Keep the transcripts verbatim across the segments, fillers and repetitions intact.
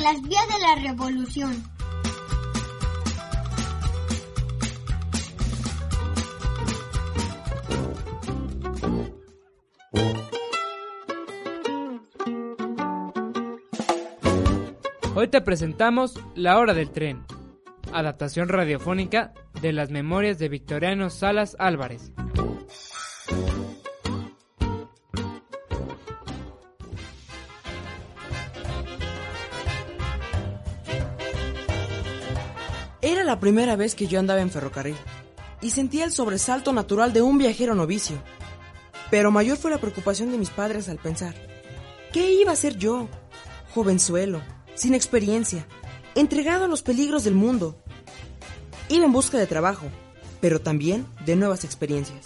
en las vías de la revolución. Hoy te presentamos La Hora del Tren, adaptación radiofónica de las memorias de Victoriano Salas Álvarez. Era la primera vez que yo andaba en ferrocarril y sentía el sobresalto natural de un viajero novicio. Pero mayor fue la preocupación de mis padres al pensar: ¿qué iba a hacer yo, jovenzuelo, sin experiencia, entregado a los peligros del mundo? Iba en busca de trabajo, pero también de nuevas experiencias.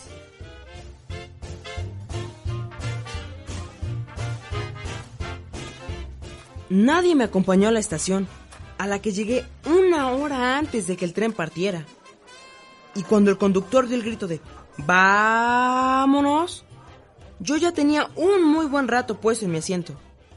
Nadie me acompañó a la estación, a la que llegué una hora antes de que el tren partiera. Y cuando el conductor dio el grito de ¡vámonos!, yo ya tenía un muy buen rato puesto en mi asiento.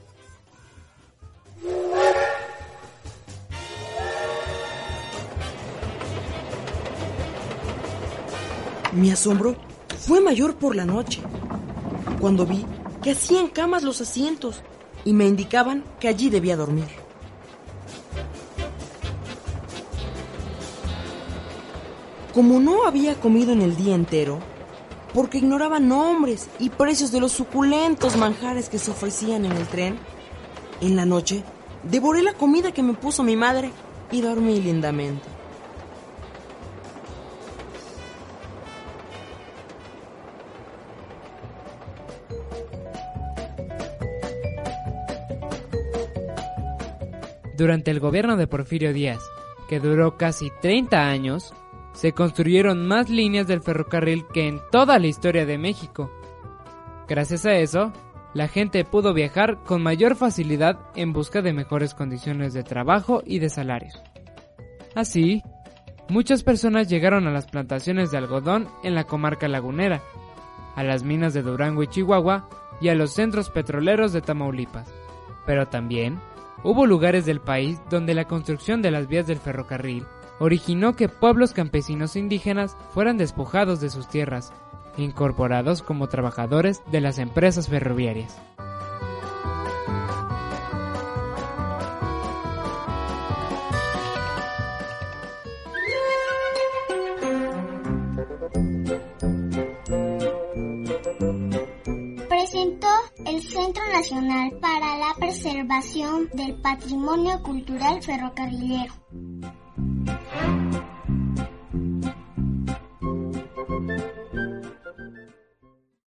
Mi asombro fue mayor por la noche, cuando vi que hacían camas los asientos y me indicaban que allí debía dormir. Como no había comido en el día entero, porque ignoraba nombres y precios de los suculentos manjares que se ofrecían en el tren, en la noche devoré la comida que me puso mi madre y dormí lindamente. Durante el gobierno de Porfirio Díaz, que duró casi treinta años, se construyeron más líneas del ferrocarril que en toda la historia de México. Gracias a eso, la gente pudo viajar con mayor facilidad en busca de mejores condiciones de trabajo y de salarios. Así, muchas personas llegaron a las plantaciones de algodón en la comarca lagunera, a las minas de Durango y Chihuahua y a los centros petroleros de Tamaulipas. Pero también hubo lugares del país donde la construcción de las vías del ferrocarril originó que pueblos campesinos e indígenas fueran despojados de sus tierras, incorporados como trabajadores de las empresas ferroviarias. Presentó el Centro Nacional para la Preservación del Patrimonio Cultural Ferrocarrilero.